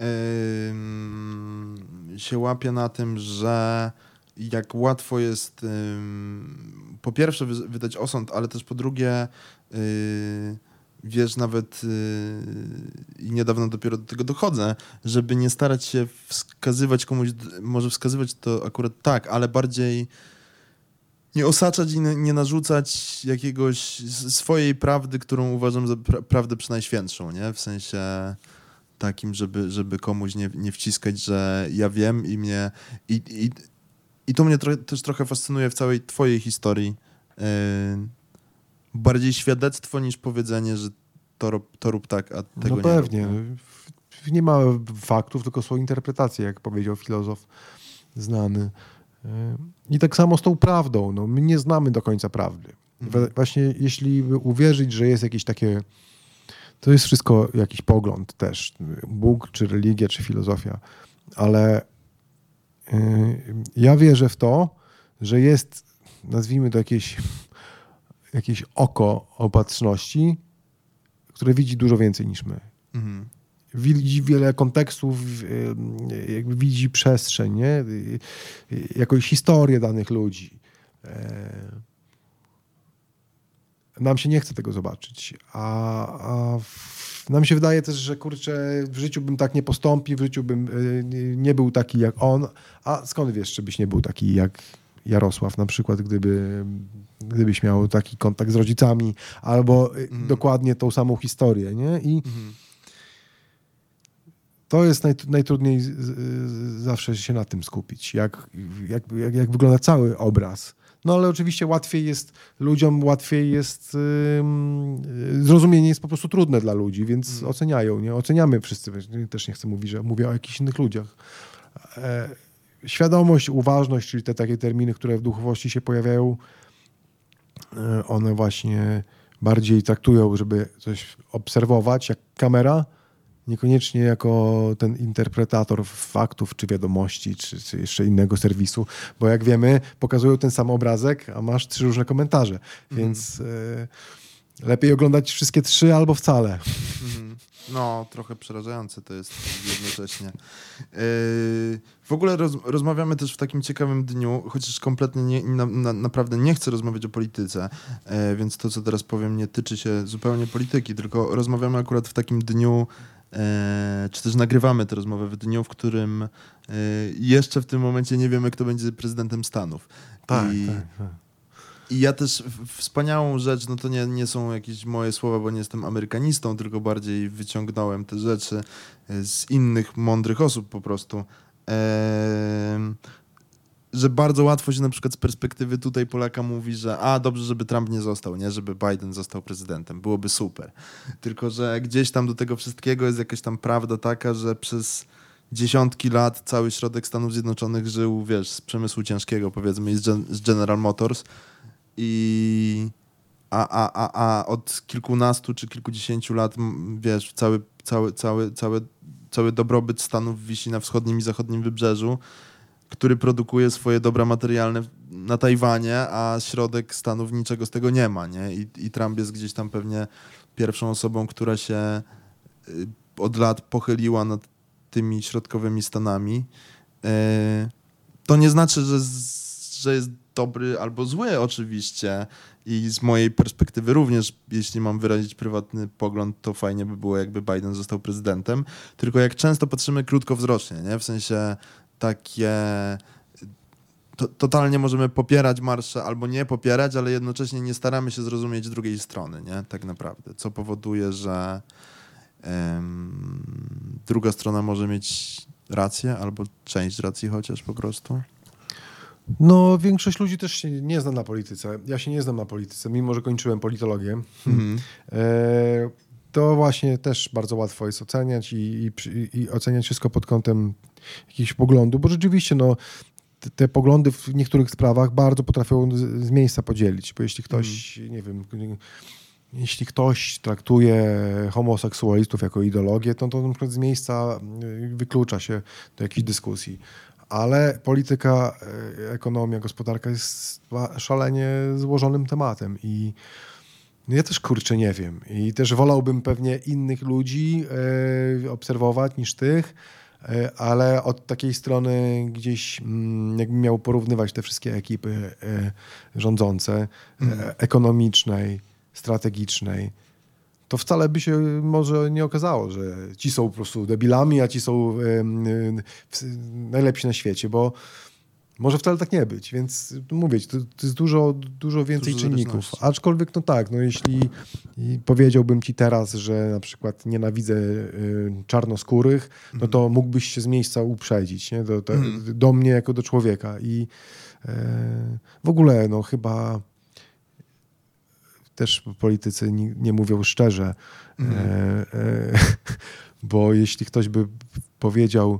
yy, się łapię na tym, że jak łatwo jest yy, po pierwsze wydać osąd, ale też po drugie yy, wiesz, nawet yy, i niedawno dopiero do tego dochodzę, żeby nie starać się wskazywać komuś, może wskazywać to akurat tak, ale bardziej nie osaczać i nie narzucać jakiegoś swojej prawdy, którą uważam za pra- prawdę przynajświętszą, nie? W sensie takim, żeby, żeby komuś nie, nie wciskać, że ja wiem i mnie... I, i, i to mnie tro- też trochę fascynuje w całej twojej historii. Yy, bardziej świadectwo niż powiedzenie, że to, rób- to rób tak, a tego No nie pewnie. rób. Nie? Nie ma faktów, tylko są interpretacje, jak powiedział filozof znany. I tak samo z tą prawdą. No, my nie znamy do końca prawdy. Mhm. Właśnie jeśli uwierzyć, że jest jakieś takie... To jest wszystko jakiś pogląd też. Bóg, czy religia, czy filozofia. Ale yy, ja wierzę w to, że jest, nazwijmy to jakieś, jakieś oko opatrzności, które widzi dużo więcej niż my. Mhm. Widzi wiele kontekstów, jakby widzi przestrzeń, nie? Jakąś historię danych ludzi. Nam się nie chce tego zobaczyć, a, a w, nam się wydaje też, że kurczę, w życiu bym tak nie postąpił, w życiu bym nie był taki jak on, a skąd wiesz, czy byś nie był taki jak Jarosław na przykład, gdyby, gdybyś miał taki kontakt z rodzicami, albo mhm. dokładnie tą samą historię, nie? I mhm. to jest naj, najtrudniej z, z, zawsze się na tym skupić, jak, jak, jak, jak wygląda cały obraz. No ale oczywiście łatwiej jest ludziom, łatwiej jest yy, zrozumienie jest po prostu trudne dla ludzi, więc hmm. oceniają, nie? Oceniamy wszyscy, też nie chcę mówić, że mówię o jakichś innych ludziach. E, świadomość, uważność, czyli te takie terminy, które w duchowości się pojawiają, e, one właśnie bardziej traktują, żeby coś obserwować jak kamera, niekoniecznie jako ten interpretator faktów, czy wiadomości, czy, czy jeszcze innego serwisu, bo jak wiemy, pokazują ten sam obrazek, a masz trzy różne komentarze, mm. więc y, lepiej oglądać wszystkie trzy albo wcale. Mm. No, trochę przerażające to jest jednocześnie. Yy, w ogóle roz, rozmawiamy też w takim ciekawym dniu, chociaż kompletnie nie, na, na, naprawdę nie chcę rozmawiać o polityce, yy, więc to, co teraz powiem, nie tyczy się zupełnie polityki, tylko rozmawiamy akurat w takim dniu, E, czy też nagrywamy tę rozmowę w dniu, w którym e, jeszcze w tym momencie nie wiemy, kto będzie prezydentem Stanów. Tak, I, tak, tak. I ja też wspaniałą rzecz, no to nie, nie są jakieś moje słowa, bo nie jestem amerykanistą, tylko bardziej wyciągnąłem te rzeczy z innych mądrych osób po prostu. E, że bardzo łatwo się na przykład z perspektywy tutaj Polaka mówi, że a dobrze, żeby Trump nie został, nie, żeby Biden został prezydentem, byłoby super. Tylko że gdzieś tam do tego wszystkiego jest jakaś tam prawda taka, że przez dziesiątki lat cały środek Stanów Zjednoczonych żył, wiesz, z przemysłu ciężkiego, powiedzmy, z, Gen- z General Motors i a, a, a, a od kilkunastu czy kilkudziesięciu lat, wiesz, cały, cały, cały, cały, cały dobrobyt Stanów wisi na wschodnim i zachodnim wybrzeżu, który produkuje swoje dobra materialne na Tajwanie, a środek Stanów niczego z tego nie ma, nie? I, i Trump jest gdzieś tam pewnie pierwszą osobą, która się od lat pochyliła nad tymi środkowymi Stanami. To nie znaczy, że, że jest dobry albo zły oczywiście i z mojej perspektywy również, jeśli mam wyrazić prywatny pogląd, to fajnie by było, jakby Biden został prezydentem, tylko jak często patrzymy krótkowzrocznie, nie? W sensie takie to, totalnie możemy popierać marsze albo nie popierać, ale jednocześnie nie staramy się zrozumieć drugiej strony, nie? Tak naprawdę, co powoduje, że um, druga strona może mieć rację albo część racji chociaż po prostu. No, większość ludzi też się nie zna na polityce. Ja się nie znam na polityce, mimo że kończyłem politologię. Mm. E, to właśnie też bardzo łatwo jest oceniać i, i, i oceniać wszystko pod kątem jakichś poglądów, bo rzeczywiście no, te, te poglądy w niektórych sprawach bardzo potrafią z, z miejsca podzielić, bo jeśli ktoś, mm. nie wiem, jeśli ktoś traktuje homoseksualistów jako ideologię, to, to na przykład z miejsca wyklucza się do jakiejś dyskusji. Ale polityka, ekonomia, gospodarka jest szalenie złożonym tematem i ja też kurczę nie wiem i też wolałbym pewnie innych ludzi e, obserwować niż tych, e, ale od takiej strony gdzieś m, jakbym miał porównywać te wszystkie ekipy e, rządzące, mm. e, ekonomicznej, strategicznej, to wcale by się może nie okazało, że ci są po prostu debilami, a ci są y, y, najlepsi na świecie, bo może wcale tak nie być, więc mówię ci, to, to jest dużo, dużo więcej Dużo czynników. zależności. Aczkolwiek no tak, no jeśli i powiedziałbym ci teraz, że na przykład nienawidzę y, czarnoskórych, no to mógłbyś się z miejsca uprzedzić, nie? Do, do, Mhm. do mnie jako do człowieka. I y, w ogóle no chyba też politycy nie, nie mówią szczerze, Mhm. e, e, bo jeśli ktoś by powiedział,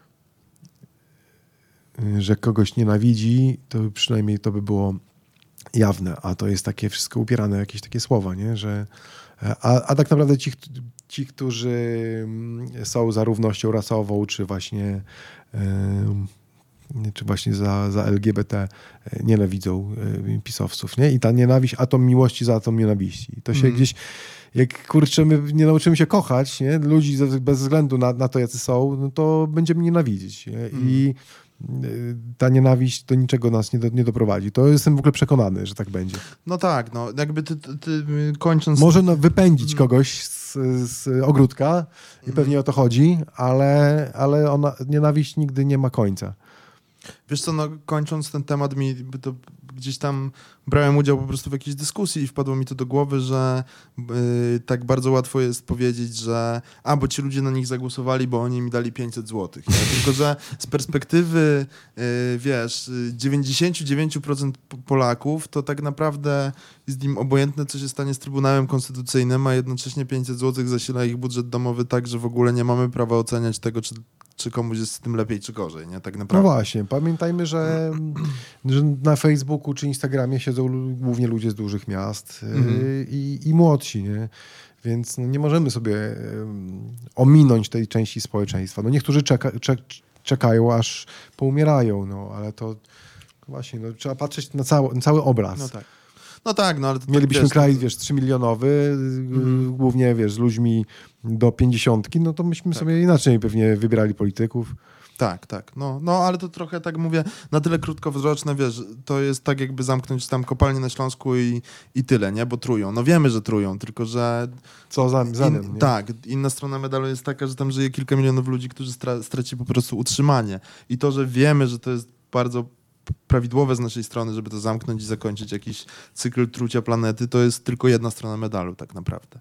że kogoś nienawidzi, to przynajmniej to by było jawne, a to jest takie wszystko upierane, jakieś takie słowa, nie? Że, a, a tak naprawdę ci, ci, którzy są za równością rasową, czy właśnie, yy, czy właśnie za, za L G B T, nienawidzą yy, pisowców, nie? I ta nienawiść, atom miłości za atom nienawiści. To się Mhm. gdzieś, jak kurczę, my nie nauczymy się kochać, nie? Ludzi ze- bez względu na, na to, jacy są, no to będziemy nienawidzić. Nie? I ta nienawiść do niczego nas nie, do, nie doprowadzi. To jestem w ogóle przekonany, że tak będzie. No tak, no jakby ty, ty, ty kończąc... Może no, wypędzić Mhm. kogoś z, z ogródka i pewnie o to chodzi, ale, ale ona, nienawiść nigdy nie ma końca. Wiesz co, no kończąc ten temat, mi to gdzieś tam brałem udział po prostu w jakiejś dyskusji i wpadło mi to do głowy, że yy, tak bardzo łatwo jest powiedzieć, że a, bo ci ludzie na nich zagłosowali, bo oni mi dali pięćset złotych. Nie? Tylko, że z perspektywy, yy, wiesz, dziewięćdziesiąt dziewięć procent Polaków to tak naprawdę jest im obojętne, co się stanie z Trybunałem Konstytucyjnym, a jednocześnie pięćset złotych zasila ich budżet domowy tak, że w ogóle nie mamy prawa oceniać tego, czy czy komuś jest z tym lepiej, czy gorzej, nie? Tak No naprawdę. właśnie, pamiętajmy, że, że na Facebooku czy Instagramie siedzą lu- głównie ludzie z dużych miast yy, Mhm. i, i młodsi, nie? Więc no, nie możemy sobie um, ominąć tej części społeczeństwa. No niektórzy czeka, czek, czekają, aż poumierają, no ale to właśnie, no, trzeba patrzeć na cały, na cały obraz. No tak. No tak, no ale... To Mielibyśmy tak, wiesz, kraj, wiesz, trzymilionowy, Mhm. głównie, wiesz, z ludźmi do pięćdziesiątki, no to myśmy Tak. sobie inaczej pewnie wybierali polityków. Tak, tak. No, no ale to trochę tak mówię, na tyle krótkowzroczne, wiesz, to jest tak jakby zamknąć tam kopalnię na Śląsku i, i tyle, nie? Bo trują. No wiemy, że trują, tylko że... Co za, za In, tym, nie? tak, inna strona medalu jest taka, że tam żyje kilka milionów ludzi, którzy stra, straci po prostu utrzymanie. I to, że wiemy, że to jest bardzo prawidłowe z naszej strony, żeby to zamknąć i zakończyć jakiś cykl trucia planety, to jest tylko jedna strona medalu tak naprawdę.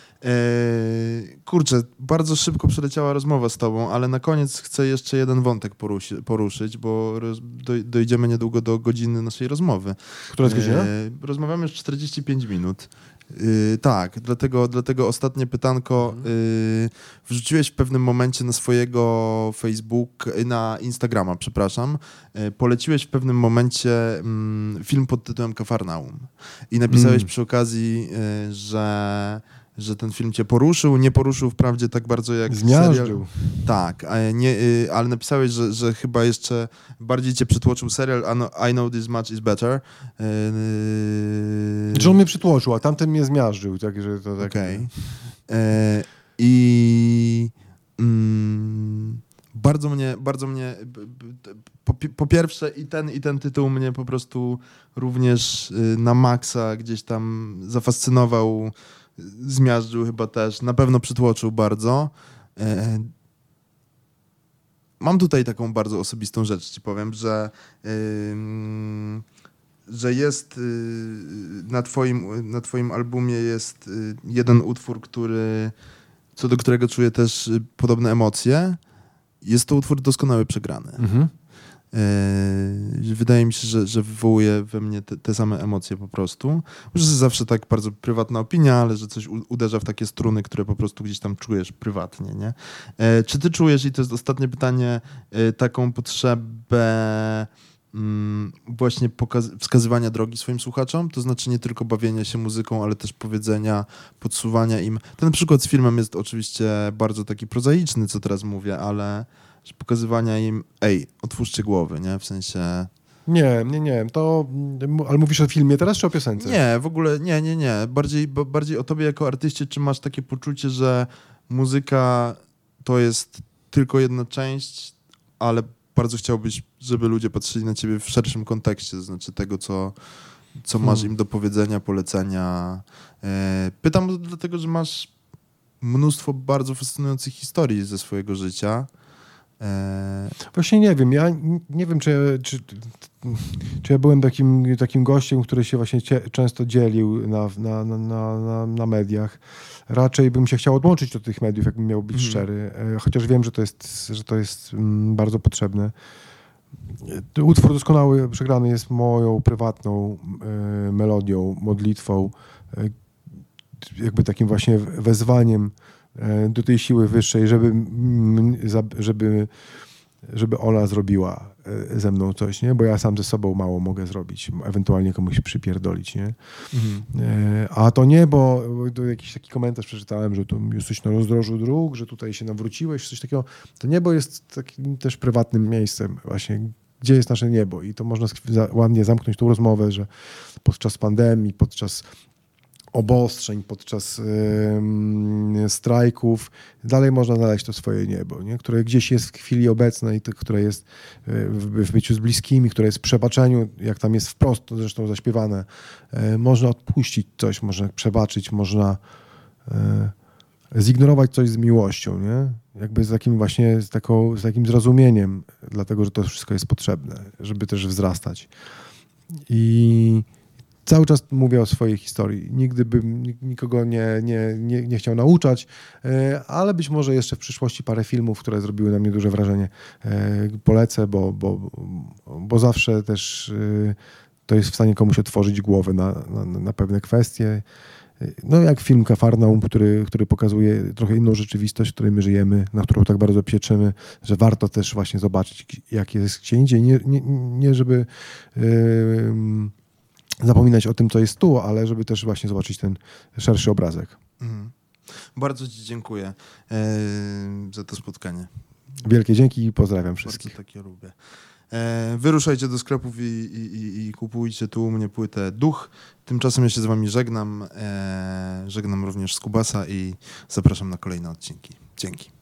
Eee, kurczę, bardzo szybko przeleciała rozmowa z tobą, ale na koniec chcę jeszcze jeden wątek porusi, poruszyć, bo roz, doj, dojdziemy niedługo do godziny naszej rozmowy. Która jest godzina? Eee, rozmawiamy już czterdzieści pięć minut. Yy, tak, dlatego, dlatego ostatnie pytanko. Yy, wrzuciłeś w pewnym momencie na swojego Facebook, na Instagrama, przepraszam, yy, poleciłeś w pewnym momencie mm, film pod tytułem Kafarnaum i napisałeś Mm. przy okazji, yy, że, że ten film cię poruszył, nie poruszył wprawdzie tak bardzo jak serial. Zmiażdżył. Tak, a nie, yy, ale napisałeś, że, że chyba jeszcze bardziej cię przytłoczył serial I Know, I know This Much Is Better. Yy, Że on mnie przytłoczył, a tamten mnie zmiażdżył. Także to tak. Okej. E, I mm, bardzo mnie, bardzo mnie b, b, po, po pierwsze i ten, i ten tytuł mnie po prostu również y, na maksa gdzieś tam zafascynował, zmiażdżył chyba też, na pewno przytłoczył bardzo. E, mam tutaj taką bardzo osobistą rzecz, ci powiem, że ym, że jest y, na twoim, na twoim albumie jest y, jeden utwór, który, co do którego czuję też y, podobne emocje. Jest to utwór Doskonały Przegrany. Mhm. Y, wydaje mi się, że, że wywołuje we mnie te, te same emocje po prostu. Może to jest zawsze tak bardzo prywatna opinia, ale że coś u, uderza w takie struny, które po prostu gdzieś tam czujesz prywatnie, nie? Y, czy ty czujesz, i to jest ostatnie pytanie, y, taką potrzebę właśnie pokaz- wskazywania drogi swoim słuchaczom, to znaczy nie tylko bawienia się muzyką, ale też powiedzenia, podsuwania im. Ten przykład z filmem jest oczywiście bardzo taki prozaiczny, co teraz mówię, ale że pokazywania im, ej, otwórzcie głowy, nie? W sensie... Nie, nie, nie. To, ale mówisz o filmie teraz czy o piosence? Nie, w ogóle nie, nie, nie. Bardziej, b- bardziej o tobie jako artyście, czy masz takie poczucie, że muzyka to jest tylko jedna część, ale bardzo chciałbyś, żeby ludzie patrzyli na ciebie w szerszym kontekście, to znaczy tego, co, co masz im do powiedzenia, polecenia. E, pytam dlatego, że masz mnóstwo bardzo fascynujących historii ze swojego życia. E... Właśnie nie wiem, ja nie wiem, czy, czy, czy ja byłem takim, takim gościem, który się właśnie cie, często dzielił na, na, na, na, na mediach. Raczej bym się chciał odłączyć od tych mediów, jakbym miał być mm. szczery, chociaż wiem, że to jest, że to jest bardzo potrzebne. Utwór Doskonały Przegrany jest moją prywatną e, melodią, modlitwą, e, jakby takim właśnie wezwaniem e, do tej siły wyższej, żeby, m, za, żeby, żeby ona zrobiła e, ze mną coś, nie? Bo ja sam ze sobą mało mogę zrobić, ewentualnie komuś przypierdolić, nie? Mhm. E, a to nie, bo, bo jakiś taki komentarz przeczytałem, że tu jesteś na rozdrożu dróg, że tutaj się nawróciłeś, coś takiego. To niebo jest takim też prywatnym miejscem właśnie, gdzie jest nasze niebo i to można ładnie zamknąć tą rozmowę, że podczas pandemii, podczas obostrzeń, podczas yy, strajków dalej można znaleźć to swoje niebo, nie? Które gdzieś jest w chwili obecnej, to, które jest w, w byciu z bliskimi, które jest w przebaczeniu, jak tam jest wprost, to zresztą zaśpiewane. Yy, można odpuścić coś, można przebaczyć, można yy, zignorować coś z miłością, nie? Jakby z takim właśnie, z, taką, z takim zrozumieniem, dlatego, że to wszystko jest potrzebne, żeby też wzrastać. I cały czas mówię o swojej historii. Nigdy bym nikogo nie, nie, nie, nie chciał nauczać, ale być może jeszcze w przyszłości parę filmów, które zrobiły na mnie duże wrażenie, polecę, bo, bo, bo zawsze też to jest w stanie komuś otworzyć głowę na, na, na pewne kwestie. No jak film Kafarnaum, który, który pokazuje trochę inną rzeczywistość, w której my żyjemy, na którą tak bardzo pieczymy, że warto też właśnie zobaczyć, jak jest gdzie indziej. Nie, nie, nie żeby yy, zapominać o tym, co jest tu, ale żeby też właśnie zobaczyć ten szerszy obrazek. Mhm. Bardzo ci dziękuję yy, za to spotkanie. Wielkie dzięki i pozdrawiam wszystkich. Bardzo takie lubię. Wyruszajcie do sklepów i, i, i kupujcie tu u mnie płytę Duch. Tymczasem ja się z wami żegnam. Żegnam również Skubasa i zapraszam na kolejne odcinki. Dzięki.